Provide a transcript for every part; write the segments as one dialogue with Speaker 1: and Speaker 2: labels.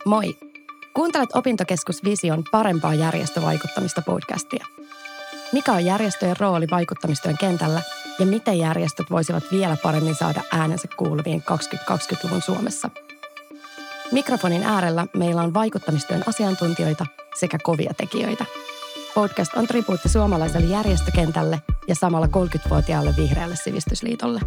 Speaker 1: Moi! Kuuntelet Opintokeskus Vision parempaa järjestövaikuttamista podcastia. Mikä on järjestöjen rooli vaikuttamistyön kentällä ja miten järjestöt voisivat vielä paremmin saada äänensä kuuluviin 2020-luvun Suomessa? Mikrofonin äärellä meillä on vaikuttamistyön asiantuntijoita sekä kovia tekijöitä. Podcast on tribuutti suomalaiselle järjestökentälle ja samalla 30-vuotiaalle Vihreälle sivistysliitolle.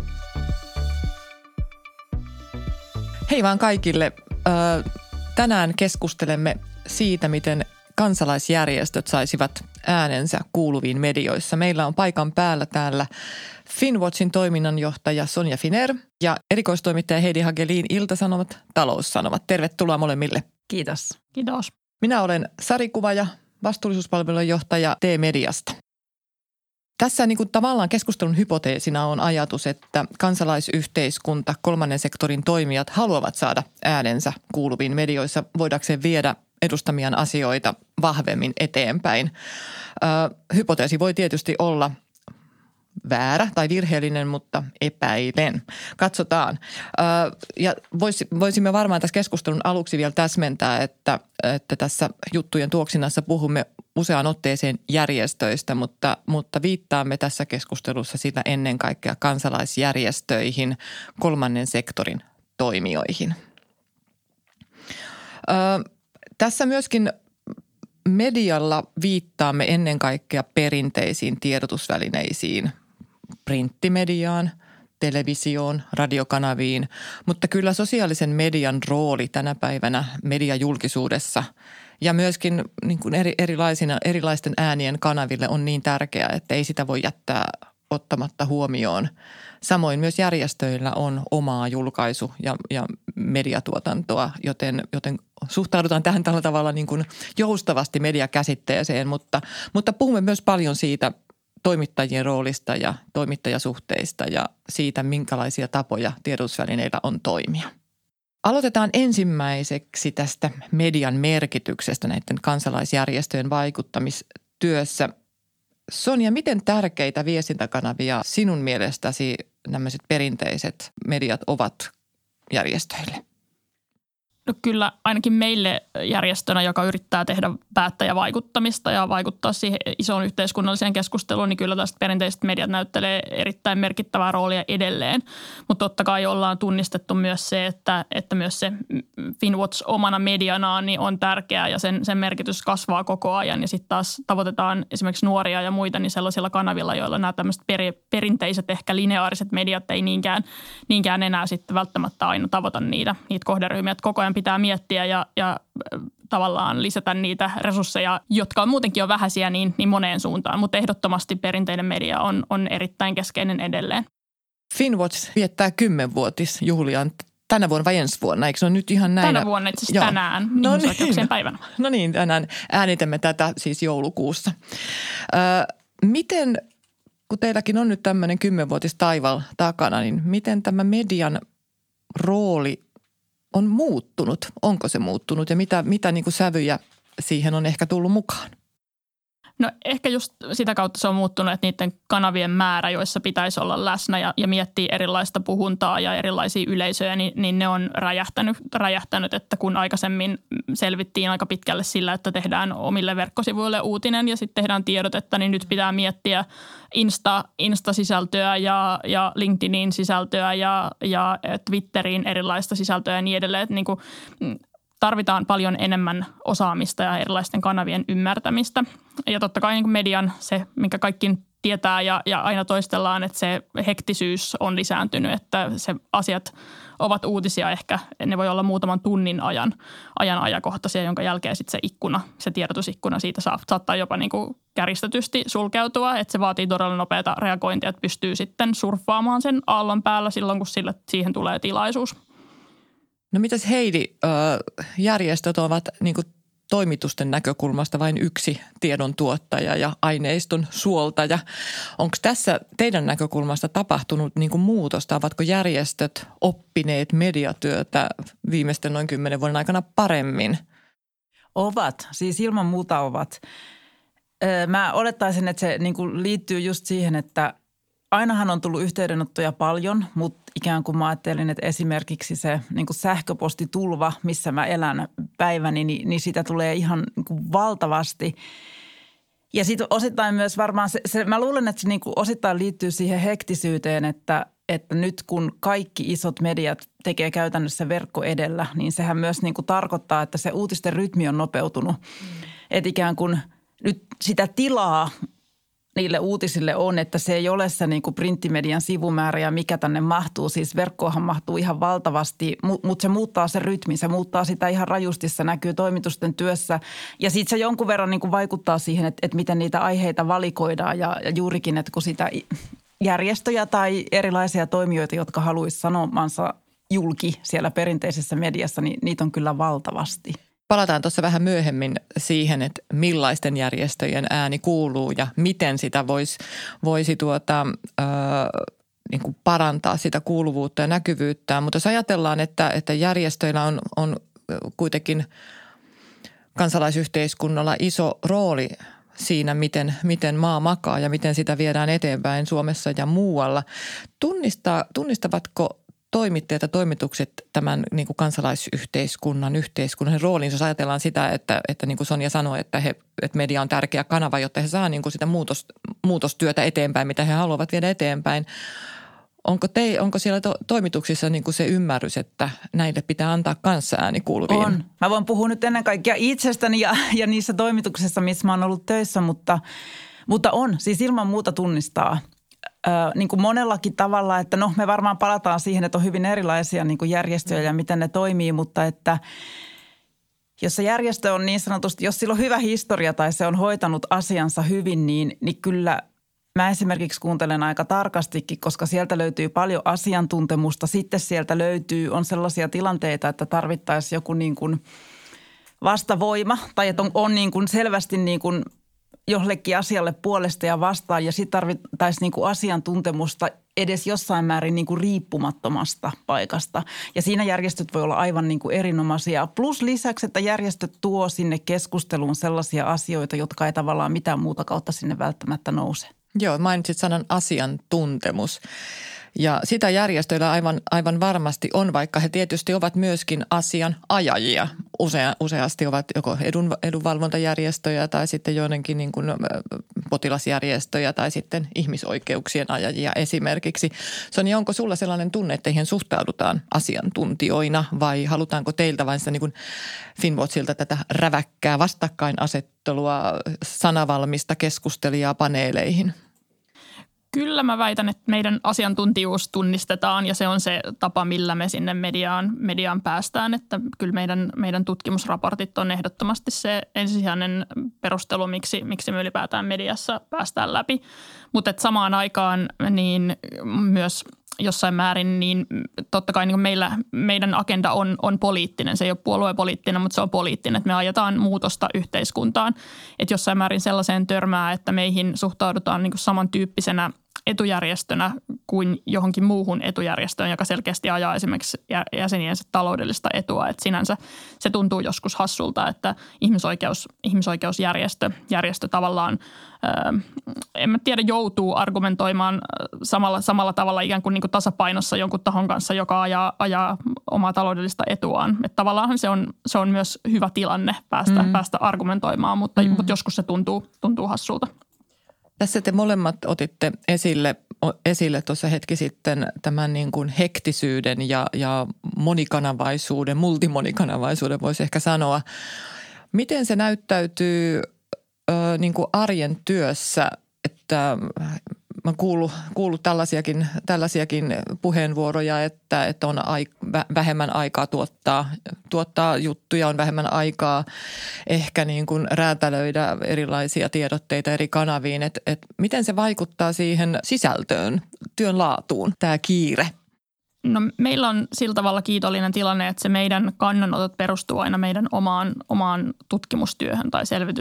Speaker 2: Hei vaan kaikille. Tänään keskustelemme siitä, miten kansalaisjärjestöt saisivat äänensä kuuluviin medioissa. Meillä on paikan päällä täällä Finnwatchin toiminnanjohtaja Sonja Finer ja erikoistoimittaja Heidi Hagelin Ilta-Sanomat, Taloussanomat. Tervetuloa molemmille.
Speaker 3: Kiitos.
Speaker 4: Kiitos.
Speaker 2: Minä olen Sari Kuvaja, vastuullisuuspalvelun johtaja T-Mediasta. Tässä niin kuin tavallaan keskustelun hypoteesina on ajatus, että kansalaisyhteiskunta, kolmannen sektorin toimijat haluavat saada äänensä kuuluviin medioissa voidakseen viedä edustamiaan asioita vahvemmin eteenpäin. Hypoteesi voi tietysti olla väärä tai virheellinen, mutta epäilen. Katsotaan. Ja voisimme varmaan tässä keskustelun aluksi vielä täsmentää, että tässä juttujen tuoksinnassa puhumme useaan otteeseen järjestöistä, mutta viittaamme tässä keskustelussa sitä ennen kaikkea kansalaisjärjestöihin, kolmannen sektorin toimijoihin. Tässä myöskin medialla viittaamme ennen kaikkea perinteisiin tiedotusvälineisiin, printtimediaan, televisioon, radiokanaviin, mutta kyllä sosiaalisen median rooli tänä päivänä mediajulkisuudessa ja myöskin niin kuin erilaisten äänien kanaville on niin tärkeää, että ei sitä voi jättää ottamatta huomioon. Samoin myös järjestöillä on omaa julkaisu- ja mediatuotantoa, joten suhtaudutaan tähän tällä tavalla niin kuin joustavasti mediakäsitteeseen, mutta puhumme myös paljon siitä toimittajien roolista ja toimittajasuhteista ja siitä, minkälaisia tapoja tiedotusvälineillä on toimia. Aloitetaan ensimmäiseksi tästä median merkityksestä näiden kansalaisjärjestöjen vaikuttamistyössä. Sonja, miten tärkeitä viestintäkanavia sinun mielestäsi nämä perinteiset mediat ovat järjestöille?
Speaker 4: No kyllä ainakin meille järjestönä, joka yrittää tehdä päättäjävaikuttamista ja vaikuttaa siihen isoon yhteiskunnalliseen keskusteluun, niin kyllä tästä perinteiset mediat näyttelee erittäin merkittävää roolia edelleen. Mutta totta kai ollaan tunnistettu myös se, että myös se Finnwatch omana medianaan niin on tärkeää ja sen merkitys kasvaa koko ajan. Ja sitten taas tavoitetaan esimerkiksi nuoria ja muita niin sellaisilla kanavilla, joilla nämä tämmöiset perinteiset ehkä lineaariset mediat ei niinkään enää sitten välttämättä aina tavoita niitä kohderyhmiä. Että koko ajan pitää miettiä ja tavallaan lisätä niitä resursseja, jotka muutenkin on vähäisiä niin moneen suuntaan. Mutta ehdottomasti perinteinen media on erittäin keskeinen edelleen.
Speaker 2: Finnwatch viettää 10-vuotisjuhliaan tänä vuonna vai ensi vuonna, eikö se ole nyt ihan näin?
Speaker 4: Tänä vuonna itse asiassa tänään, ihmisoikeuksien päivänä.
Speaker 2: No niin, tänään äänitämme tätä siis joulukuussa. Miten, kun teilläkin on nyt tämmöinen 10-vuotistaival takana, niin miten tämä median rooli on muuttunut? Onko se muuttunut ja mitä niin kuin sävyjä siihen on ehkä tullut mukaan?
Speaker 4: No ehkä just sitä kautta se on muuttunut, että niiden kanavien määrä, joissa pitäisi olla läsnä ja miettiä erilaista puhuntaa ja erilaisia yleisöjä, niin ne on räjähtänyt, että kun aikaisemmin selvittiin aika pitkälle sillä, että tehdään omille verkkosivuille uutinen ja sitten tehdään tiedotetta, niin nyt pitää miettiä Insta-sisältöä ja LinkedInin sisältöä ja Twitterin erilaista sisältöä ja niin edelleen, että niin kuin tarvitaan paljon enemmän osaamista ja erilaisten kanavien ymmärtämistä. Ja totta kai niin kuin median se, minkä kaikki tietää ja aina toistellaan, että se hektisyys on lisääntynyt, että se asiat ovat uutisia ehkä, ne voi olla muutaman tunnin ajankohtaisia, jonka jälkeen sitten se tiedotusikkuna siitä saattaa jopa niin kuin kärjistetysti sulkeutua, että se vaatii todella nopeata reagointia, että pystyy sitten surffaamaan sen aallon päällä silloin, kun siihen tulee tilaisuus.
Speaker 2: No mitäs Heidi, järjestöt ovat niin kuin toimitusten näkökulmasta vain yksi tiedon tuottaja ja aineiston suoltaja. Onko tässä teidän näkökulmasta tapahtunut niin kuin muutosta? Ovatko järjestöt oppineet mediatyötä viimeisten noin 10 vuoden aikana paremmin?
Speaker 3: Ovat, siis ilman muuta ovat. Mä olettaisin, että se niin kuin liittyy just siihen, että ainahan on tullut yhteydenottoja paljon, mutta ikään kuin mä ajattelin, että esimerkiksi se niin kuin sähköpostitulva, missä mä elän päivä, niin sitä tulee ihan niin kuin valtavasti. Ja sitten osittain myös varmaan mä luulen, että se niin kuin osittain liittyy siihen hektisyyteen, että nyt kun kaikki isot mediat tekee käytännössä verkko edellä, niin sehän myös niin kuin tarkoittaa, että se uutisten rytmi on nopeutunut. Että ikään kuin nyt sitä tilaa niille uutisille on, että se ei ole se niin kuin printtimedian sivumäärä ja mikä tänne mahtuu. Siis verkkoahan mahtuu ihan valtavasti, mutta se muuttaa se rytmi, se muuttaa sitä ihan rajusti, se näkyy toimitusten työssä. Ja sitten se jonkun verran niin kuin vaikuttaa siihen, että miten niitä aiheita valikoidaan ja juurikin, että kun sitä järjestöjä tai erilaisia toimijoita, jotka haluaisi sanomansa julki siellä perinteisessä mediassa, niin niitä on kyllä valtavasti.
Speaker 2: Palataan tuossa vähän myöhemmin siihen, että millaisten järjestöjen ääni kuuluu ja miten sitä voisi niin kuin parantaa sitä kuuluvuutta ja näkyvyyttä. Mutta jos ajatellaan, että järjestöillä on kuitenkin kansalaisyhteiskunnalla iso rooli siinä, miten maa makaa ja miten sitä viedään eteenpäin Suomessa ja muualla. Tunnistavatko toimittajat ja toimitukset tämän niin kuin kansalaisyhteiskunnan roolin, jos ajatellaan sitä, että niin kuin Sonja sanoi, että media on tärkeä kanava, jotta he saa niin kuin sitä muutostyötä eteenpäin, mitä he haluavat viedä eteenpäin. Onko siellä toimituksissa niin kuin se ymmärrys, että näille pitää antaa kanssa ääni kuuluviin?
Speaker 3: On. Mä voin puhua nyt ennen kaikkea itsestäni ja niissä toimituksissa, missä mä oon ollut töissä, mutta on. Siis ilman muuta tunnistaa. Niin kuin monellakin tavalla, että no me varmaan palataan siihen, että on hyvin erilaisia niin kuin järjestöjä ja miten ne toimii, mutta että jos se järjestö on niin sanotusti, jos sillä on hyvä historia tai se on hoitanut asiansa hyvin, niin kyllä mä esimerkiksi kuuntelen aika tarkastikin, koska sieltä löytyy paljon asiantuntemusta. Sitten sieltä on sellaisia tilanteita, että tarvittaisiin joku niin kuin vastavoima tai että on niin kuin selvästi niin kuin jollekin asialle puolesta ja vastaan ja sitten tarvittaisiin niin kuin asiantuntemusta edes jossain määrin niin kuin riippumattomasta paikasta. Ja siinä järjestöt voi olla aivan niin kuin erinomaisia. Plus lisäksi, että järjestöt tuo sinne keskusteluun sellaisia asioita, jotka ei tavallaan mitään muuta kautta sinne välttämättä nouse.
Speaker 2: Joo, mainitsit sanan asiantuntemus. Ja sitä järjestöillä aivan varmasti on, vaikka he tietysti ovat myöskin asianajajia. Useasti ovat joko edunvalvontajärjestöjä tai sitten joidenkin niin kuin potilasjärjestöjä tai sitten ihmisoikeuksien ajajia esimerkiksi. Sonja, onko sulla sellainen tunne, että heihin suhtaudutaan asiantuntijoina vai halutaanko teiltä vain sitä niin kuin Finnwatchilta tätä räväkkää vastakkainasettelua, sanavalmista keskustelijaa paneeleihin?
Speaker 4: Kyllä mä väitän, että meidän asiantuntijuus tunnistetaan ja se on se tapa, millä me sinne mediaan päästään. Että kyllä meidän tutkimusraportit on ehdottomasti se ensisijainen perustelu, miksi me ylipäätään mediassa päästään läpi. Mutta samaan aikaan niin myös jossain määrin, niin totta kai niin meidän agenda on poliittinen. Se ei ole puoluepoliittinen, mutta se on poliittinen, että me ajetaan muutosta yhteiskuntaan. Että jossain määrin sellaiseen törmää, että meihin suhtaudutaan niin kuin samantyyppisenä etujärjestönä kuin johonkin muuhun etujärjestöön, joka selkeästi ajaa esimerkiksi jäseniensä taloudellista etua. Että sinänsä se tuntuu joskus hassulta, että ihmisoikeusjärjestö tavallaan, en mä tiedä, joutuu argumentoimaan samalla tavalla ikään kuin tasapainossa jonkun tahon kanssa, joka ajaa omaa taloudellista etuaan. Että tavallaan se on myös hyvä tilanne päästä argumentoimaan, mutta joskus se tuntuu hassulta.
Speaker 2: Tässä te molemmat otitte esille tuossa hetki sitten tämän niin kuin hektisyyden ja monikanavaisuuden, multimonikanavaisuuden voisi ehkä sanoa. Miten se näyttäytyy niin kuin arjen työssä, että mä kuullut tällaisiakin puheenvuoroja, että on vähemmän aikaa tuottaa juttuja, on vähemmän aikaa ehkä niin kuin räätälöidä erilaisia tiedotteita eri kanaviin. Että miten se vaikuttaa siihen sisältöön, työn laatuun, tämä kiire?
Speaker 4: No meillä on sillä tavalla kiitollinen tilanne, että se meidän kannanotot perustuu aina meidän omaan tutkimustyöhön tai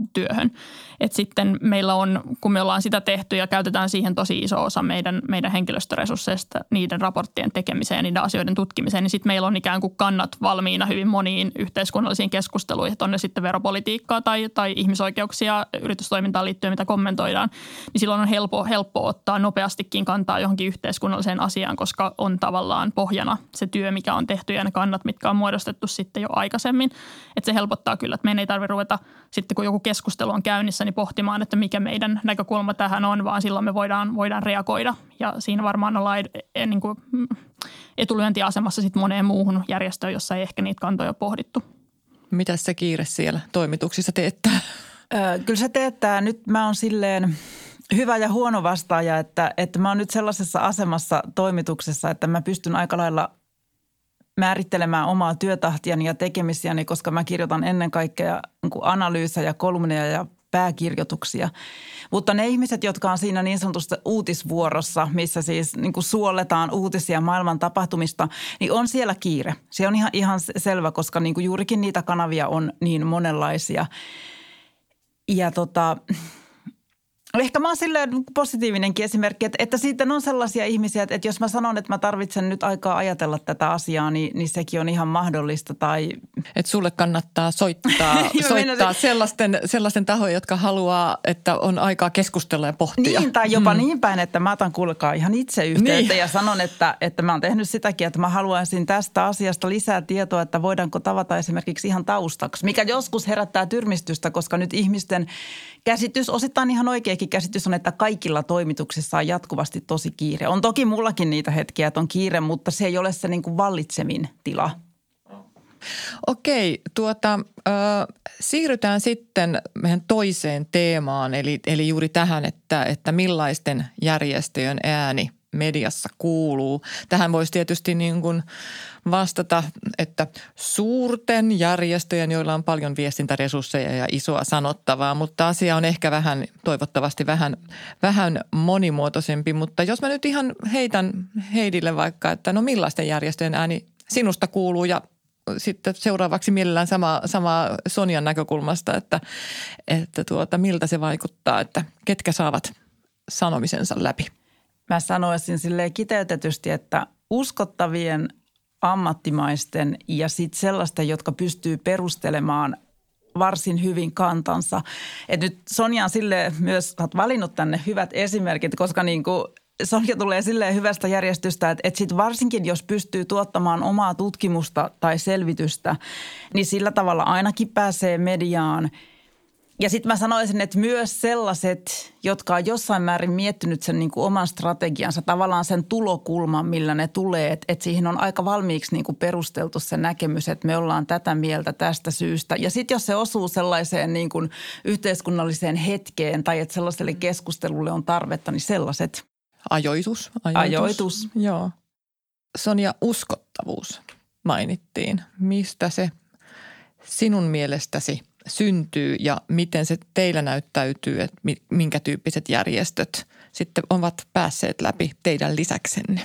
Speaker 4: työhön. Et sitten meillä on, kun me ollaan sitä tehty ja käytetään siihen tosi iso osa meidän henkilöstöresursseista niiden raporttien tekemiseen ja niiden asioiden tutkimiseen, niin sitten meillä on ikään kuin kannat valmiina hyvin moniin yhteiskunnallisiin keskusteluihin, että on ne sitten veropolitiikkaa tai ihmisoikeuksia yritystoimintaan liittyen, mitä kommentoidaan, niin silloin on helppo ottaa nopeastikin kantaa johonkin yhteiskunnalliseen asiaan, koska on tavallaan pohjana se työ, mikä on tehty ja ne kannat, mitkä on muodostettu sitten jo aikaisemmin. Että se helpottaa kyllä, että meidän ei tarvitse ruveta sitten, kun joku keskustelu on käynnissä, niin pohtimaan, että mikä meidän näkökulma tähän on, vaan silloin me voidaan reagoida. Ja siinä varmaan ollaan niin kuin etulyöntiasemassa sitten moneen muuhun järjestöön, jossa ei ehkä niitä kantoja pohdittu.
Speaker 2: Mitäs se kiire siellä toimituksissa teettää?
Speaker 3: Kyllä se teettää. Nyt mä oon silleen hyvä ja huono vastaaja, että mä oon nyt sellaisessa asemassa toimituksessa, että mä pystyn aika lailla määrittelemään omaa työtahtiani ja tekemisiäni, koska mä kirjoitan ennen kaikkea analyysejä, kolumneja ja pääkirjoituksia. Mutta ne ihmiset, jotka on siinä niin sanotusti uutisvuorossa, missä siis niin kuin suolletaan uutisia maailman tapahtumista, niin on siellä kiire. Se on ihan selvä, koska niin kuin juurikin niitä kanavia on niin monenlaisia. Ja ehkä mä oon silleen positiivinenkin esimerkki, että siitä on sellaisia ihmisiä, että jos mä sanon, että mä tarvitsen nyt aikaa ajatella tätä asiaa, niin sekin on ihan mahdollista.
Speaker 2: Että sulle kannattaa soittaa sellaisten tahojen, jotka haluaa, että on aikaa keskustella ja pohtia.
Speaker 3: Niin, tai jopa niin päin, että mä otan kuulkaa ihan itse yhteyttä ja sanon, että mä oon tehnyt sitäkin, että mä haluaisin tästä asiasta lisää tietoa, että voidaanko tavata esimerkiksi ihan taustaksi, mikä joskus herättää tyrmistystä, koska nyt ihmisten käsitys, osittain ihan oikeakin käsitys on, että kaikilla toimituksissa on jatkuvasti tosi kiire. On toki mullakin niitä hetkiä, että on kiire, mutta se ei ole se niin kuin vallitsemin tila.
Speaker 2: Okei, siirrytään sitten meidän toiseen teemaan, eli juuri tähän, että millaisten järjestöjen ääni mediassa kuuluu. Tähän voisi tietysti niin kuin vastata, että suurten järjestöjen, joilla on paljon viestintäresursseja ja isoa sanottavaa, mutta asia on ehkä toivottavasti vähän monimuotoisempi. Mutta jos mä nyt ihan heitän Heidille vaikka, että no millaisten järjestöjen ääni sinusta kuuluu ja sitten seuraavaksi mielellään sama Sonjan näkökulmasta, että miltä se vaikuttaa, että ketkä saavat sanomisensa läpi.
Speaker 3: Mä sanoisin silleen kiteytetysti, että uskottavien ammattimaisten ja sitten sellaisten, jotka pystyy perustelemaan varsin hyvin kantansa. Et nyt Sonja on silleen myös, olet valinnut tänne hyvät esimerkit, koska niin kuin Sonja tulee silleen hyvästä järjestystä, että sitten varsinkin jos pystyy tuottamaan omaa tutkimusta tai selvitystä, niin sillä tavalla ainakin pääsee mediaan. Ja sitten mä sanoisin, että myös sellaiset, jotka on jossain määrin miettinyt sen niin kuin oman strategiansa, tavallaan sen tulokulman, millä ne tulee, että siihen on aika valmiiksi niin kuin perusteltu se näkemys, että me ollaan tätä mieltä tästä syystä. Ja sitten jos se osuu sellaiseen niin kuin yhteiskunnalliseen hetkeen tai että sellaiselle keskustelulle on tarvetta, niin sellaiset. Ajoitus.
Speaker 2: Joo. Sonja, uskottavuus mainittiin. Mistä se sinun mielestäsi syntyy ja miten se teillä näyttäytyy, että minkä tyyppiset järjestöt sitten ovat päässeet läpi teidän lisäksenne?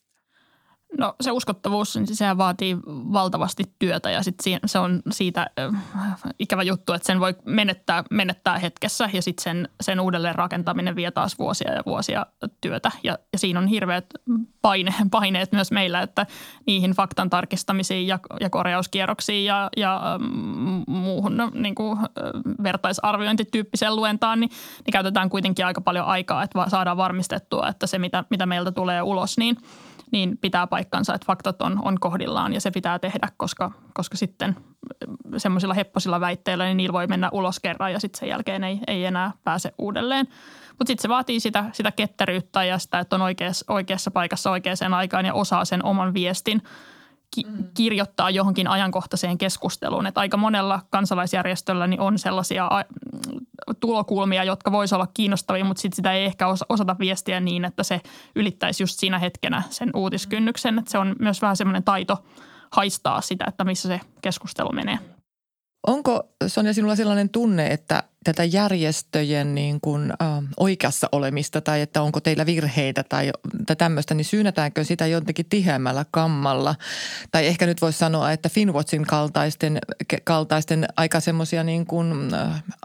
Speaker 4: No se uskottavuus, niin sehän vaatii valtavasti työtä ja sitten se on siitä ikävä juttu, että sen voi menettää hetkessä ja sitten sen uudelleen rakentaminen vie taas vuosia ja vuosia työtä ja siinä on hirveät paineet myös meillä, että niihin faktan tarkistamisiin ja korjauskierroksiin ja muuhun niin kuin vertaisarviointityyppiseen luentaan, niin käytetään kuitenkin aika paljon aikaa, että saadaan varmistettua, että se mitä meiltä tulee ulos, niin pitää paikkansa, että faktat on kohdillaan ja se pitää tehdä, koska sitten semmoisilla hepposilla väitteillä niin niillä voi mennä ulos kerran ja sitten sen jälkeen ei enää pääse uudelleen. Mutta sitten se vaatii sitä ketteryyttä ja sitä, että on oikeassa paikassa oikeaan aikaan ja osaa sen oman viestin kirjoittaa johonkin ajankohtaiseen keskusteluun. Että aika monella kansalaisjärjestöllä niin on sellaisia tulokulmia, jotka voisi olla kiinnostavia, mutta sitten sitä ei ehkä osata viestiä niin, että se ylittäisi just siinä hetkenä sen uutiskynnyksen. Että se on myös vähän semmoinen taito haistaa sitä, että missä se keskustelu menee.
Speaker 2: Onko, Sonja, sinulla sellainen tunne, että tätä järjestöjen niin kuin, oikeassa olemista tai että onko teillä virheitä tai tämmöistä, niin syynätäänkö sitä jotenkin tiheämmällä kammalla? Tai ehkä nyt voisi sanoa, että Finnwatchin kaltaisten aika semmoisia niin kuin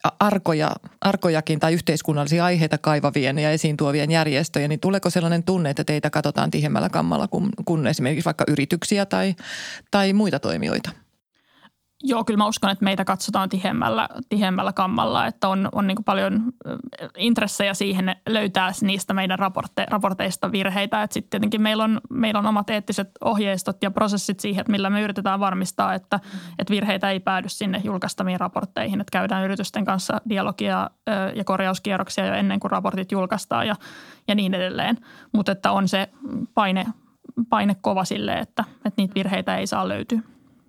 Speaker 2: arkojakin tai yhteiskunnallisia aiheita kaivavien ja esiin tuovien järjestöjä, niin tuleeko sellainen tunne, että teitä katsotaan tihemmällä kammalla kuin esimerkiksi vaikka yrityksiä tai muita toimijoita?
Speaker 4: Joo, kyllä mä uskon, että meitä katsotaan tihemmällä kammalla, että on niin kuin paljon intressejä siihen löytää niistä meidän raporteista virheitä. Että sitten tietenkin meillä on omat eettiset ohjeistot ja prosessit siihen, että millä me yritetään varmistaa, että virheitä ei päädy sinne julkaistamiin raportteihin. Että käydään yritysten kanssa dialogia ja korjauskierroksia jo ennen kuin raportit julkaistaan ja niin edelleen. Mutta että on se paine kova sille, että niitä virheitä ei saa löytyä.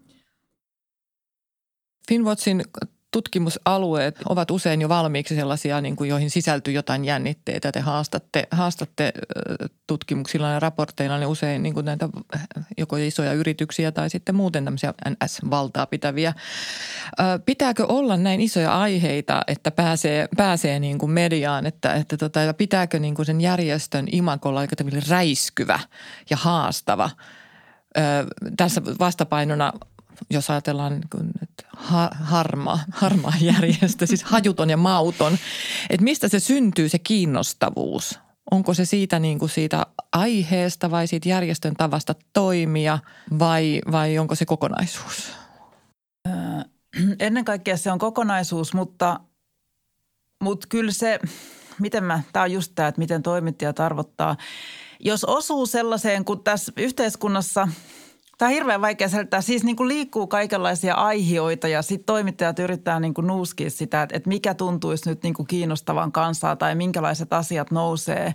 Speaker 2: Finnwatchin tutkimusalueet ovat usein jo valmiiksi sellaisia, niin kuin joihin sisältyy jotain jännitteitä. Te haastatte tutkimuksilla ja raporteilla ne usein niin kuin näitä joko isoja yrityksiä tai sitten muuten tämmöisiä NS-valtaa pitäviä. Pitääkö olla näin isoja aiheita, että pääsee niin kuin mediaan, että pitääkö niin kuin sen järjestön imagolla aika räiskyvä ja haastava tässä vastapainona, jos ajatellaan, että harmaa järjestö, siis hajuton ja mauton, että mistä se syntyy se kiinnostavuus? Onko se siitä, niin kuin siitä aiheesta vai siitä järjestön tavasta toimia vai onko se kokonaisuus?
Speaker 3: Ennen kaikkea se on kokonaisuus, mutta kyllä se, tämä on just tämä, että miten toimittajat arvottaa. Jos osuu sellaiseen, kun tässä yhteiskunnassa – tämä on hirveän vaikea selittää. Siis niin kuin liikkuu kaikenlaisia aihioita ja sitten toimittajat yrittää niin kuin nuuskia sitä, että mikä tuntuisi nyt niin kuin kiinnostavan kansaa tai minkälaiset asiat nousee.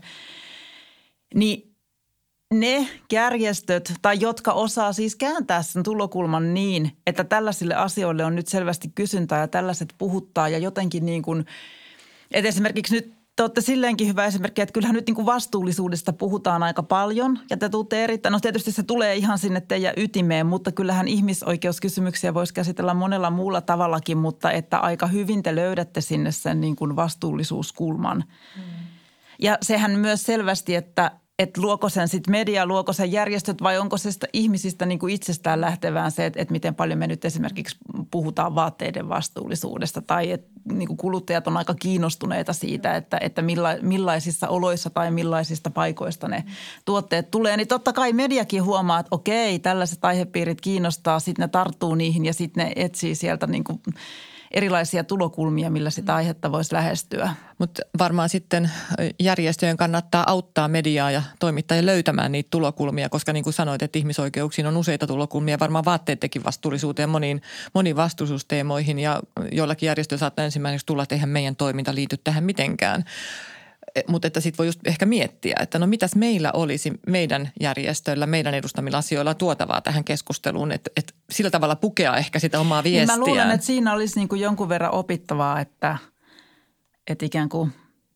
Speaker 3: Niin ne järjestöt tai jotka osaa siis kääntää sen tulokulman niin, että tällaisille asioille on nyt selvästi kysyntää ja tällaiset puhuttaa ja jotenkin niin kuin, että esimerkiksi nyt te olette silleenkin hyvä esimerkki, että kyllähän nyt niin kuin vastuullisuudesta puhutaan aika paljon ja te tuutte erittäin, no tietysti se tulee ihan sinne teidän ytimeen, mutta kyllähän ihmisoikeuskysymyksiä voisi käsitellä monella muulla tavallakin, mutta että aika hyvin te löydätte sinne sen niin kuin vastuullisuuskulman. Ja sehän myös selvästi, että luoko sen sitten media, luoko sen järjestöt vai onko se sitä ihmisistä niin kuin itsestään lähtevään se, että miten paljon me nyt esimerkiksi puhutaan vaatteiden vastuullisuudesta tai että niin kuin kuluttajat on aika kiinnostuneita siitä, että millaisissa oloissa tai millaisista paikoista ne tuotteet tulee. Niin totta kai mediakin huomaa, että okei, tällaiset aihepiirit kiinnostaa, sitten ne tarttuu niihin ja sitten ne etsii sieltä niin kuin erilaisia tulokulmia, millä sitä aihetta voisi lähestyä.
Speaker 2: Mutta varmaan sitten järjestöjen kannattaa auttaa mediaa ja toimittajia löytämään niitä tulokulmia, koska niin kuin sanoit, että ihmisoikeuksiin on useita tulokulmia, varmaan vaatteettekin vastuullisuuteen moniin vastuullisuusteemoihin ja joillakin järjestöillä saattaa ensimmäiseksi tulla, että eihän meidän toiminta liity tähän mitenkään. Mutta että sitten voi just ehkä miettiä, että no mitäs meillä olisi meidän järjestöillä, meidän edustamilla asioilla tuotavaa tähän keskusteluun, että sillä tavalla pukea ehkä sitä omaa viestiään.
Speaker 3: Niin mä luulen, että siinä olisi niin kuin jonkun verran opittavaa, että ikään kuin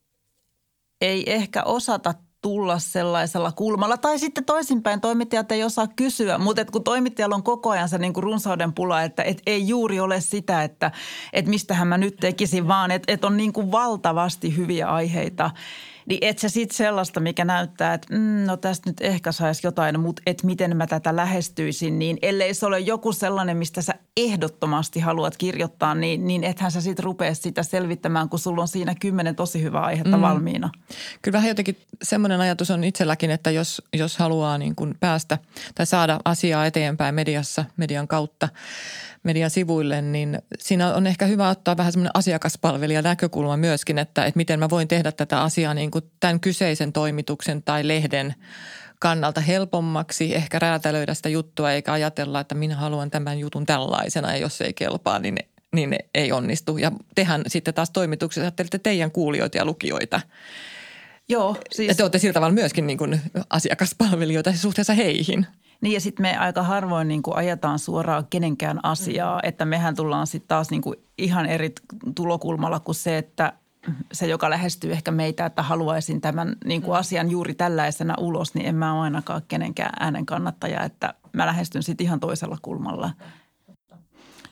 Speaker 3: ei ehkä osata tulla sellaisella kulmalla. Tai sitten toisinpäin toimittajat ei osaa kysyä, mutta kun toimittajalla on koko ajan se niin kuin runsauden pula, että ei juuri ole sitä, että mistähän mä nyt tekisin, vaan että on niin kuin valtavasti hyviä aiheita. Niin et se sitten sellaista, mikä näyttää, että no tästä nyt ehkä saisi jotain, mutta että miten mä tätä lähestyisin, niin ellei se ole joku sellainen, mistä sä ehdottomasti haluat kirjoittaa, niin ethän sä sitten rupea sitä selvittämään, kun sulla on siinä 10 tosi hyvää aihetta valmiina. Kyllä
Speaker 2: vähän jotenkin semmoinen ajatus on itselläkin, että jos haluaa niin kuin päästä tai saada asiaa eteenpäin median kautta, median sivuille, niin siinä on ehkä hyvä ottaa vähän semmoinen asiakaspalvelija näkökulma myöskin, että miten mä voin tehdä tätä asiaa niin kuin tämän kyseisen toimituksen tai lehden kannalta helpommaksi, ehkä räätälöidä sitä juttua eikä ajatella, että minä haluan tämän jutun tällaisena ja jos se ei kelpaa, niin ei onnistu. Ja tehän sitten taas toimituksessa ajattelette teidän kuulijoita ja lukijoita.
Speaker 3: Joo. Siis...
Speaker 2: Ja te olette sillä tavalla myöskin niin kuin asiakaspalvelijoita suhteessa heihin.
Speaker 3: Niin ja sitten me aika harvoin niin kuin ajetaan suoraan kenenkään asiaa, että mehän tullaan sitten taas niin kuin ihan eri tulokulmalla kuin se, että se, joka lähestyy ehkä meitä, että haluaisin tämän niin kuin asian juuri tällaisena ulos, niin en mä ole ainakaan kenenkään äänen kannattaja, että mä lähestyn sitten ihan toisella kulmalla.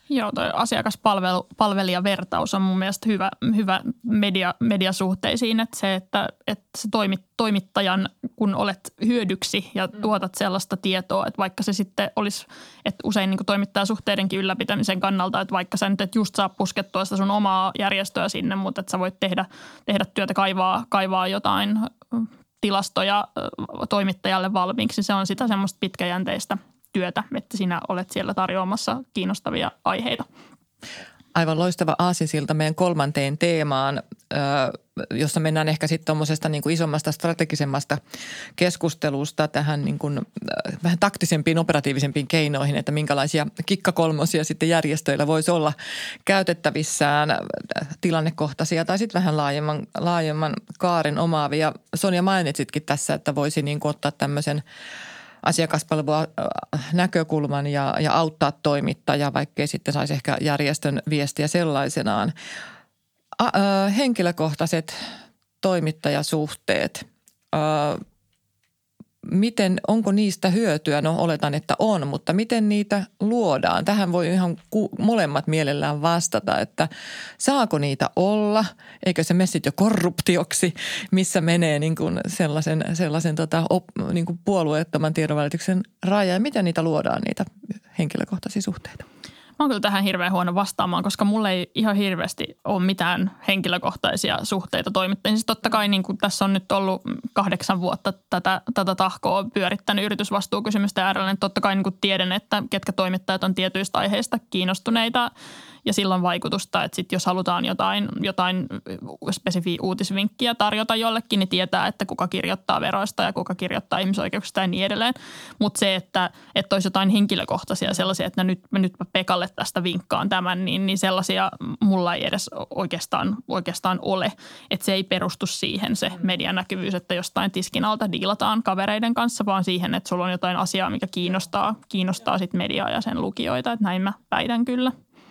Speaker 4: Joo, toi asiakaspalvelijavertaus on mun mielestä hyvä mediasuhteisiin, että se, että se toimittajan, kun olet hyödyksi ja tuotat sellaista tietoa, että vaikka se sitten olisi, että usein niin kuin toimittajasuhteidenkin ylläpitämisen kannalta, että vaikka sä nyt et just saa puskettua sitä sun omaa järjestöä sinne, mutta että sä voit tehdä työtä, kaivaa jotain tilastoja toimittajalle valmiiksi, se on sitä semmoista pitkäjänteistä työtä, että sinä olet siellä tarjoamassa kiinnostavia aiheita.
Speaker 2: Aivan loistava aasinsilta meidän 3. teemaan, jossa mennään ehkä sitten tuommoisesta niin kuin isommasta strategisemmasta keskustelusta tähän niin kuin vähän taktisempiin, operatiivisempiin keinoihin, että minkälaisia kikkakolmosia sitten järjestöillä voisi olla käytettävissään, tilannekohtaisia tai sitten vähän laajemman kaaren omaavia. Sonja, mainitsitkin tässä, että voisi niin kuin ottaa tämmöisen asiakaspalvelua näkökulman ja auttaa toimittajaa, vaikkei sitten saisi ehkä järjestön viestiä sellaisenaan. Henkilökohtaiset toimittajasuhteet, onko niistä hyötyä? No oletan, että on, mutta miten niitä luodaan? Tähän voi ihan molemmat mielellään vastata, että saako niitä olla? Eikö se mene sitten jo korruptioksi, missä menee niin kuin sellaisen niin kuin puolueettoman tiedonvälityksen raja? Ja miten niitä luodaan, niitä henkilökohtaisia suhteita?
Speaker 4: Mä oon kyllä tähän hirveän huono vastaamaan, koska mulla ei ihan hirveästi ole mitään henkilökohtaisia suhteita toimittajiin. Siis totta kai niin kuin tässä on nyt ollut 8 vuotta tätä tahkoa pyörittänyt yritysvastuukysymystä äärellä, niin totta kai niin kuin tiedän, että ketkä toimittajat on tietyistä aiheista kiinnostuneita ja silloin vaikutusta, että sitten jos halutaan jotain spesifiä uutisvinkkiä tarjota jollekin, niin tietää, että kuka kirjoittaa veroista ja kuka kirjoittaa ihmisoikeuksista ja niin edelleen. Mutta se, että olisi jotain henkilökohtaisia sellaisia, että nyt mä Pekalle tästä vinkkaan tämän, niin sellaisia mulla ei edes oikeastaan ole. Että se ei perustu siihen se median näkyvyys, että jostain tiskin alta diilataan kavereiden kanssa, vaan siihen, että sulla on jotain asiaa, mikä kiinnostaa sit mediaa ja sen lukijoita. Että näin mä väitän kyllä.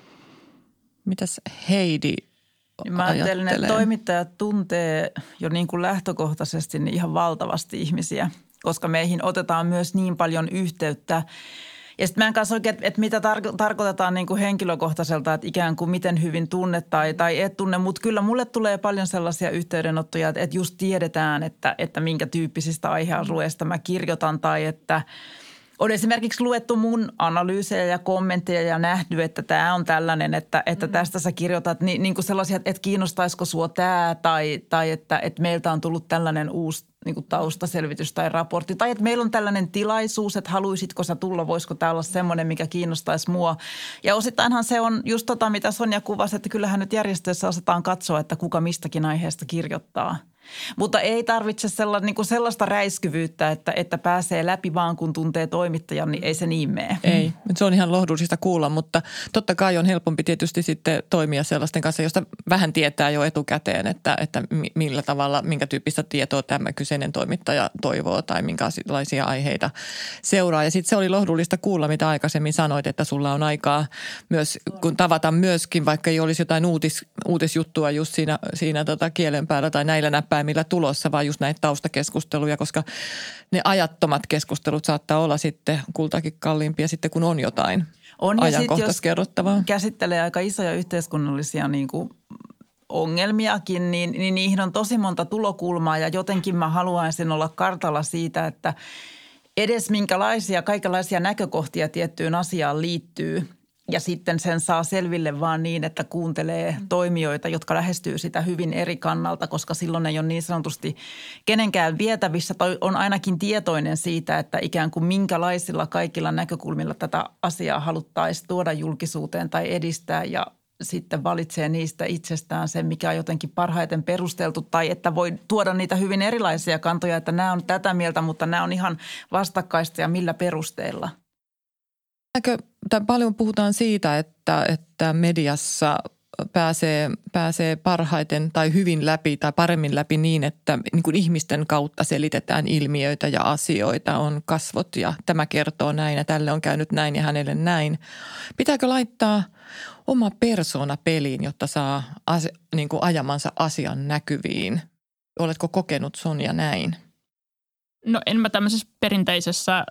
Speaker 2: Mitäs Heidi
Speaker 3: Mä ajattelen, että toimittajat tuntee jo niin kuin lähtökohtaisesti niin ihan valtavasti ihmisiä, koska meihin otetaan myös niin paljon yhteyttä. Ja sitten mä en kanssa oikein, että mitä tarkoitetaan niin kuin henkilökohtaiselta, että ikään kuin miten hyvin tunne tai et tunne. Mutta kyllä mulle tulee paljon sellaisia yhteydenottoja, että just tiedetään, että minkä tyyppisistä aihealueista mä kirjoitan tai että on esimerkiksi luettu mun analyysejä ja kommentteja ja nähty, että tämä on tällainen, että tästä sä kirjoitat niin kuin sellaisia, että kiinnostaisiko sua tämä tai että meiltä on tullut tällainen uusi niin kuin taustaselvitys tai raportti. Tai että meillä on tällainen tilaisuus, että haluaisitko sä tulla, voisiko tämä olla semmoinen, mikä kiinnostaisi mua. Ja osittainhan se on just mitä Sonja kuvasi, että kyllähän nyt järjestöissä osataan katsoa, että kuka mistäkin aiheesta kirjoittaa. Mutta ei tarvitse sellaista räiskyvyyttä, että pääsee läpi vaan kun tuntee toimittajan, niin ei se niin mene.
Speaker 2: Ei, se on ihan lohdullista kuulla, mutta totta kai on helpompi tietysti sitten toimia sellaisten kanssa, josta vähän tietää jo etukäteen, että millä tavalla, minkä tyyppistä tietoa tämä kyseinen toimittaja toivoo tai minkälaisia aiheita seuraa. Ja sitten se oli lohdullista kuulla, mitä aikaisemmin sanoit, että sulla on aikaa myös, kun tavata myöskin, vaikka ei olisi jotain uutisjuttua just siinä kielen päällä tai näillä näppäimillä tulossa, vaan just näitä taustakeskusteluja, koska ne ajattomat keskustelut saattaa olla sitten kultakin kalliimpia sitten, kun on jotain ajankohtaista kerrottavaa.
Speaker 3: Käsittelee aika isoja yhteiskunnallisia niin kuin ongelmiakin, niin niihin on tosi monta tulokulmaa ja jotenkin mä haluaisin olla kartalla siitä, että edes minkälaisia kaikenlaisia näkökohtia tiettyyn asiaan liittyy. Ja sitten sen saa selville vaan niin, että kuuntelee toimijoita, jotka lähestyy sitä hyvin eri kannalta, koska silloin ei ole niin sanotusti kenenkään vietävissä tai on ainakin tietoinen siitä, että ikään kuin minkälaisilla kaikilla näkökulmilla tätä asiaa haluttaisiin tuoda julkisuuteen tai edistää ja sitten valitsee niistä itsestään sen, mikä on jotenkin parhaiten perusteltu tai että voi tuoda niitä hyvin erilaisia kantoja, että nämä on tätä mieltä, mutta nämä on ihan vastakkaista ja millä perusteella.
Speaker 2: Paljon puhutaan siitä, että mediassa pääsee parhaiten tai hyvin läpi tai paremmin läpi niin, että niin kuin ihmisten kautta selitetään ilmiöitä ja asioita, on kasvot ja tämä kertoo näin ja tälle on käynyt näin ja hänelle näin. Pitääkö laittaa oma persoona peliin, jotta saa niin kuin ajamansa asian näkyviin? Oletko kokenut, Sonja, näin?
Speaker 4: No en mä tämmöisessä perinteisessä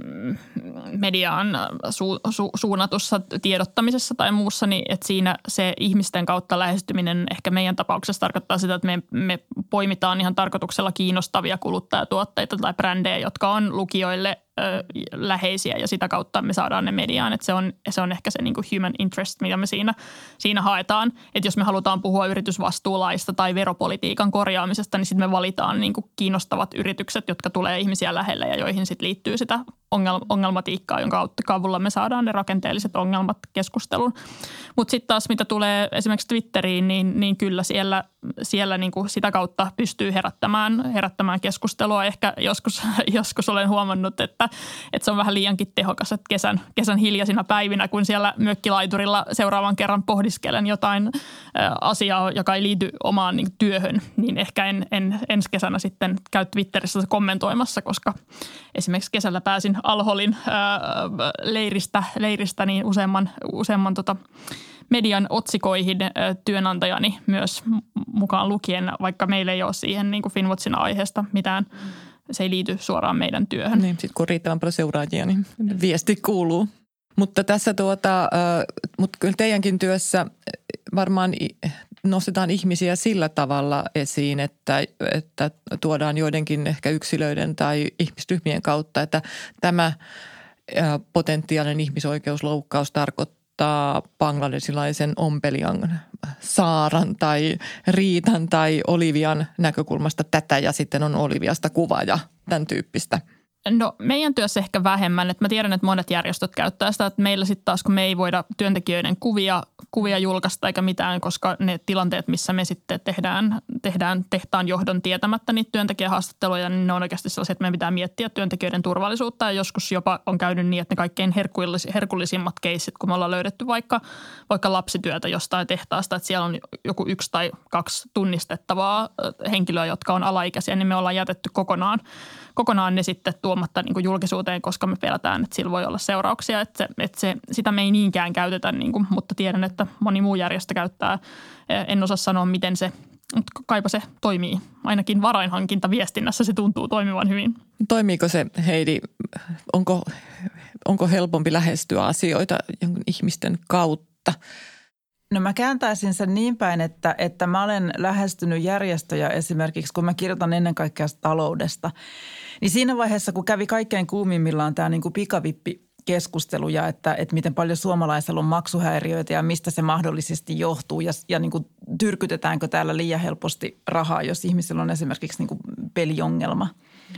Speaker 4: mediaan suunnatussa tiedottamisessa tai muussa, niin että siinä se ihmisten kautta lähestyminen ehkä meidän tapauksessa tarkoittaa sitä, että me poimitaan ihan tarkoituksella kiinnostavia kuluttajatuotteita tai brändejä, jotka on lukijoille läheisiä ja sitä kautta me saadaan ne mediaan. Että se on ehkä se niin kuin human interest, mitä me siinä haetaan. Että jos me halutaan puhua yritysvastuulaista tai veropolitiikan korjaamisesta, niin sitten me valitaan niin kuin kiinnostavat yritykset, jotka tulee ihmisiä lähelle ja joihin sitten liittyy sitä ongelmatiikkaa, jonka avulla me saadaan ne rakenteelliset ongelmat keskusteluun. Mutta sitten taas mitä tulee esimerkiksi Twitteriin, niin kyllä siellä niin kuin sitä kautta pystyy herättämään keskustelua. Ehkä joskus olen huomannut, että se on vähän liiankin tehokas, että kesän hiljaisina päivinä, kun siellä mökkilaiturilla seuraavan kerran pohdiskelen jotain asiaa, joka ei liity omaan niin työhön, niin ehkä en ensi kesänä sitten käy Twitterissä kommentoimassa, koska esimerkiksi kesällä pääsin Al-Holin leiristä niin useamman median otsikoihin työnantajani myös mukaan lukien, vaikka meillä ei ole siihen niin kuin Finnwatchin aiheesta mitään, se ei liity suoraan meidän työhön.
Speaker 2: Niin, sitten kun on riittävän paljon seuraajia, niin viesti kuuluu. Mutta tässä mutta kyllä teidänkin työssä varmaan nostetaan ihmisiä sillä tavalla esiin, että tuodaan joidenkin ehkä yksilöiden tai ihmisryhmien kautta, että tämä potentiaalinen ihmisoikeusloukkaus tarkoittaa bangladesilaisen ompelijan Saaran tai Riitan tai Olivian näkökulmasta tätä ja sitten on Oliviasta kuva ja tämän tyyppistä.
Speaker 4: No meidän työssä ehkä vähemmän, että mä tiedän, että monet järjestöt käyttää sitä, että meillä sitten taas kun me ei voida työntekijöiden kuvia julkaista eikä mitään, koska ne tilanteet, missä me sitten tehdään tehtaan johdon tietämättä niitä työntekijähaastatteluja, niin ne on oikeasti sellaisia, että meidän pitää miettiä työntekijöiden turvallisuutta ja joskus jopa on käynyt niin, että ne kaikkein herkullisimmat keissit, kun me ollaan löydetty vaikka lapsityötä jostain tehtaasta, että siellä on joku 1 tai 2 tunnistettavaa henkilöä, jotka on alaikäisiä, niin me ollaan jätetty kokonaan ne sitten tuomatta niin kuin julkisuuteen, koska me pelätään, että sillä voi olla seurauksia. Sitä me ei niinkään käytetä, niin kuin, mutta tiedän, että moni muu järjestö käyttää. En osaa sanoa, miten se, mutta kaipa se toimii. Ainakin varainhankintaviestinnässä se tuntuu toimivan hyvin. Toimiiko
Speaker 2: se, Heidi? Onko helpompi lähestyä asioita ihmisten kautta?
Speaker 3: No mä kääntäisin sen niin päin, että mä olen lähestynyt järjestöjä esimerkiksi, kun mä kirjoitan ennen kaikkea taloudesta. Niin siinä vaiheessa, kun kävi kaikkein kuumimmillaan tämä niin kuin pikavippikeskusteluja, että miten paljon suomalaisilla on maksuhäiriöitä ja mistä se mahdollisesti johtuu ja niin kuin tyrkytetäänkö täällä liian helposti rahaa, jos ihmisillä on esimerkiksi niin kuin peliongelma.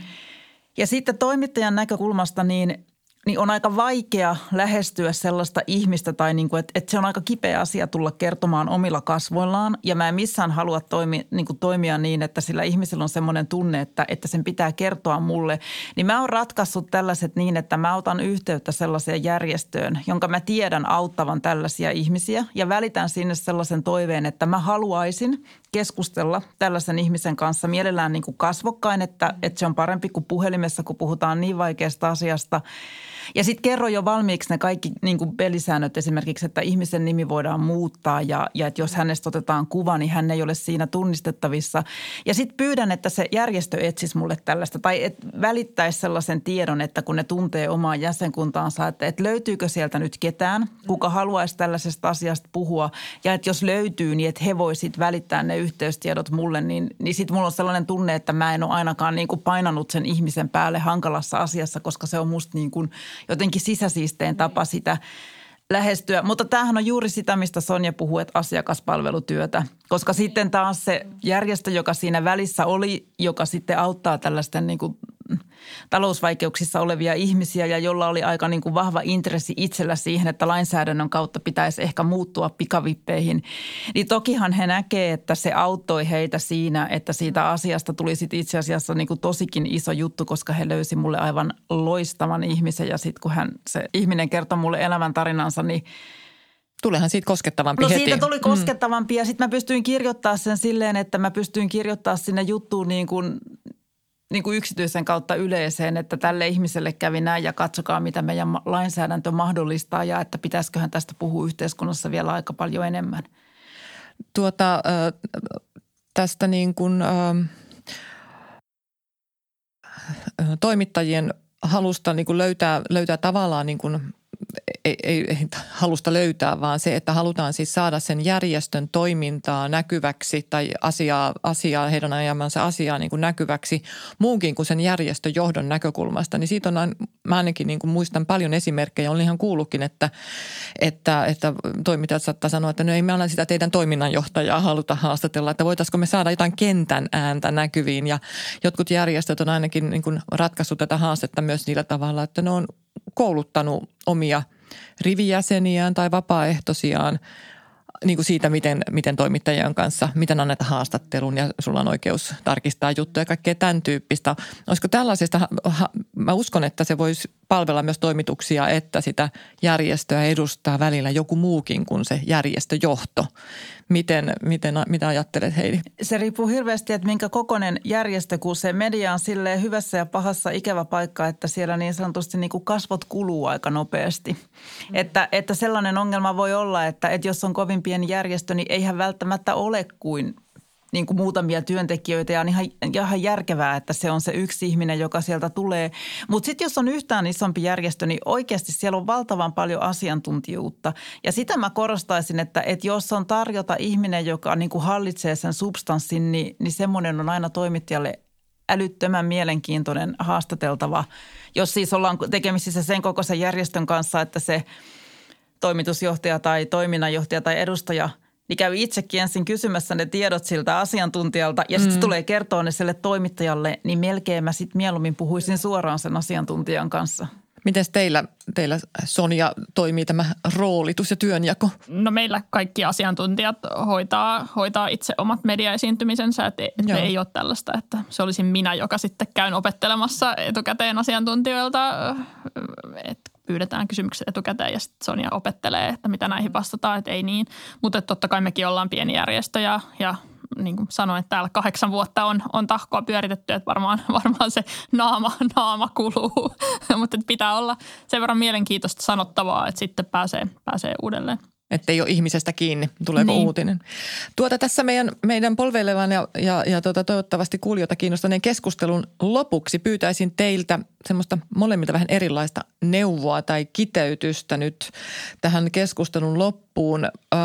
Speaker 3: Ja sitten toimittajan näkökulmasta niin on aika vaikea lähestyä sellaista ihmistä tai niin kuin, että se on aika kipeä asia tulla kertomaan omilla kasvoillaan. Ja mä en missään halua toimia niin, että sillä ihmisellä on semmoinen tunne, että sen pitää kertoa mulle. Niin mä oon ratkaissut tällaiset niin, että mä otan yhteyttä sellaiseen järjestöön, jonka mä tiedän auttavan tällaisia ihmisiä. Ja välitän sinne sellaisen toiveen, että mä haluaisin keskustella tällaisen ihmisen kanssa mielellään niin kuin kasvokkain, että se on parempi kuin puhelimessa, kun puhutaan niin vaikeasta asiasta. Ja sitten kerro jo valmiiksi ne kaikki niin kuin pelisäännöt esimerkiksi, että ihmisen nimi voidaan muuttaa ja että jos hänestä otetaan kuva, niin hän ei ole siinä tunnistettavissa. Ja sitten pyydän, että se järjestö etsisi mulle tällaista tai välittäisi sellaisen tiedon, että kun ne tuntee omaa jäsenkuntaansa, että löytyykö sieltä nyt ketään, kuka haluaisi tällaisesta asiasta puhua. Ja että jos löytyy, niin että he voisivat välittää ne yhteystiedot mulle, niin sitten mulla on sellainen tunne, että mä en ole ainakaan niin kuin painanut sen ihmisen päälle hankalassa asiassa, koska se on musta niin kuin jotenkin sisäsiisteen tapa sitä lähestyä. Mutta tämähän on juuri sitä, mistä Sonja puhuu, että asiakaspalvelutyötä. Koska sitten taas se järjestö, joka siinä välissä oli, joka sitten auttaa tällaisten niin kuin talousvaikeuksissa olevia ihmisiä ja jolla oli aika niin kuin vahva intressi itsellä siihen, että lainsäädännön kautta pitäisi ehkä muuttua pikavippeihin. Niin tokihan he näkee, että se auttoi heitä siinä, että siitä asiasta tuli sitten itse asiassa niin kuin tosikin iso juttu, koska he löysi mulle aivan loistavan ihmisen ja sitten kun se ihminen kertoi mulle elämän tarinansa, niin
Speaker 2: tulehan siitä koskettavampi heti.
Speaker 3: No siitä tuli koskettavampi ja sitten mä pystyin kirjoittaa sen silleen, että mä pystyin kirjoittaa sinne juttuun niin kuin yksityisen kautta yleiseen, että tälle ihmiselle kävi näin ja katsokaa, mitä meidän lainsäädäntö mahdollistaa ja että pitäisiköhän tästä puhua yhteiskunnassa vielä aika paljon enemmän.
Speaker 2: Tästä niin kuin toimittajien halusta niin kuin löytää tavallaan niin kuin, ei halusta löytää, vaan se, että halutaan siis saada sen järjestön toimintaa näkyväksi tai asiaa heidän ajamansa asiaa niin kuin näkyväksi muunkin kuin sen järjestöjohdon näkökulmasta. Niin siitä on, mä ainakin niin kuin muistan paljon esimerkkejä, olen ihan kuullutkin, että toimittajat saattaa sanoa, että no ei me aina sitä teidän toiminnanjohtajaa haluta haastatella, että voitaisiko me saada jotain kentän ääntä näkyviin ja jotkut järjestöt on ainakin niin kuin ratkaissut tätä haastetta myös niillä tavalla, että ne on kouluttanut omia rivijäseniään tai vapaaehtoisiaan niin kuin siitä, miten toimittajien kanssa, miten annetaan haastattelun ja sulla on oikeus tarkistaa juttuja ja kaikkea tämän tyyppistä. Olisiko tällaisesta, mä uskon, että se voisi palvella myös toimituksia, että sitä järjestöä edustaa välillä joku muukin kuin se järjestöjohto. Mitä ajattelet, Heidi?
Speaker 3: Se riippuu hirveästi, että minkä kokoinen järjestö, kun se media on silleen hyvässä ja pahassa ikävä paikka, että siellä niin sanotusti niin kuin kasvot kuluu aika nopeasti. Että sellainen ongelma voi olla, että jos on kovin pieni järjestö, niin eihän välttämättä ole kuin muutamia työntekijöitä ja on ihan järkevää, että se on se yksi ihminen, joka sieltä tulee. Mutta sitten jos on yhtään isompi järjestö, niin oikeasti siellä on valtavan paljon asiantuntijuutta. Ja sitä mä korostaisin, että jos on tarjota ihminen, joka niin kuin hallitsee sen substanssin, niin semmoinen on aina toimittajalle älyttömän mielenkiintoinen haastateltava. Jos siis ollaan tekemisissä sen kokoisen järjestön kanssa, että se toimitusjohtaja tai toiminnanjohtaja tai edustaja – niin käy itsekin ensin kysymässä ne tiedot siltä asiantuntijalta ja sitten se tulee kertoa ne sille toimittajalle, niin melkein mä sitten mieluummin puhuisin suoraan sen asiantuntijan kanssa.
Speaker 2: Miten teillä Sonja toimii tämä roolitus ja työnjako?
Speaker 4: No meillä kaikki asiantuntijat hoitaa itse omat mediaesiintymisensä, että ei ole tällaista, että se olisin minä, joka sitten käyn opettelemassa etukäteen asiantuntijoilta, että pyydetään kysymykset etukäteen ja sitten Sonja opettelee, että mitä näihin vastataan, että ei niin. Mutta totta kai mekin ollaan pieni järjestö ja niin kuin sanoin, että täällä 8 vuotta on tahkoa pyöritetty, että varmaan se naama kuluu. Mutta pitää olla sen verran mielenkiintoista sanottavaa, että sitten pääsee uudelleen.
Speaker 2: Että ei ole ihmisestä kiinni, tuleeko uutinen. Tässä meidän polveilevan ja toivottavasti kuulijoita kiinnostaneen keskustelun lopuksi pyytäisin teiltä semmoista molemmilta vähän erilaista neuvoa tai kiteytystä nyt tähän keskustelun loppuun.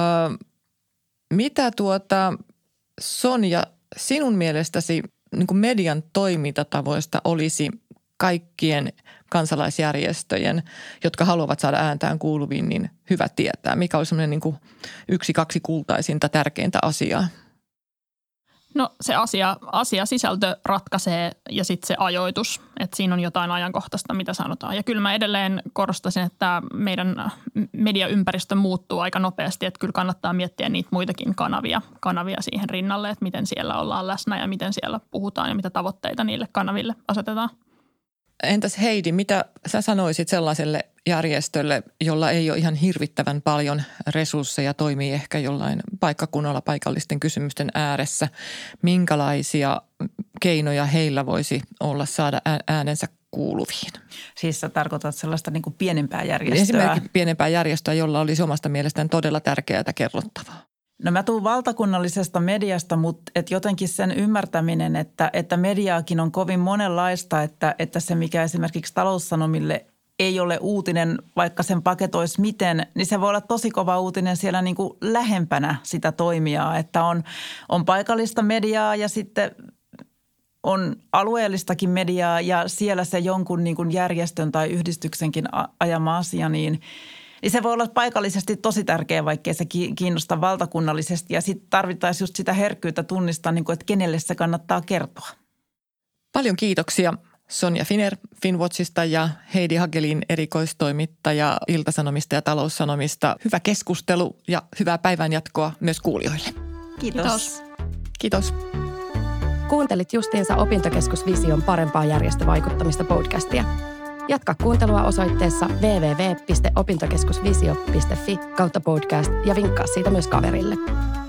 Speaker 2: Mitä Sonja sinun mielestäsi niin kuin median toimintatavoista olisi kaikkien kansalaisjärjestöjen, jotka haluavat saada ääntään kuuluviin, niin hyvä tietää. Mikä olisi semmoinen niin kuin 1-2 kultaisinta tärkeintä asiaa?
Speaker 4: No se sisältö ratkaisee ja sitten se ajoitus, että siinä on jotain ajankohtaista, mitä sanotaan. Ja kyllä mä edelleen korostaisin, että meidän mediaympäristö muuttuu aika nopeasti, että kyllä kannattaa miettiä niitä muitakin kanavia siihen rinnalle, että miten siellä ollaan läsnä ja miten siellä puhutaan ja mitä tavoitteita niille kanaville asetetaan.
Speaker 2: Entäs Heidi, mitä sä sanoisit sellaiselle järjestölle, jolla ei ole ihan hirvittävän paljon resursseja, toimii ehkä jollain paikkakunnalla paikallisten kysymysten ääressä. Minkälaisia keinoja heillä voisi olla saada äänensä kuuluviin?
Speaker 3: Siis sä tarkoitat sellaista niin kuin pienempää järjestöä?
Speaker 2: Esimerkiksi pienempää järjestöä, jolla olisi omasta mielestään todella tärkeää kerrottavaa.
Speaker 3: No mä tuun valtakunnallisesta mediasta, mutta jotenkin sen ymmärtäminen, että mediaakin on kovin monenlaista, että se mikä esimerkiksi Taloussanomille ei ole uutinen, vaikka sen paketoisi miten, niin se voi olla tosi kova uutinen siellä niin kuin lähempänä sitä toimijaa, että on paikallista mediaa ja sitten on alueellistakin mediaa ja siellä se jonkun niin kuin järjestön tai yhdistyksenkin ajama asia, niin se voi olla paikallisesti tosi tärkeä, vaikkei se kiinnosta valtakunnallisesti ja sitten tarvittaisiin just sitä herkkyyttä tunnistaa, niin kuin, että kenelle se kannattaa kertoa.
Speaker 2: Paljon kiitoksia Sonja Finer Finnwatchista ja Heidi Hagelin erikoistoimittaja Ilta-Sanomista ja Taloussanomista. Hyvä keskustelu ja hyvää päivänjatkoa myös kuulijoille.
Speaker 3: Kiitos.
Speaker 2: Kiitos.
Speaker 1: Kuuntelit justiinsa Opintokeskus Vision parempaa järjestövaikuttamista podcastia. Jatka kuuntelua osoitteessa www.opintokeskusvisio.fi/podcast ja vinkkaa siitä myös kaverille.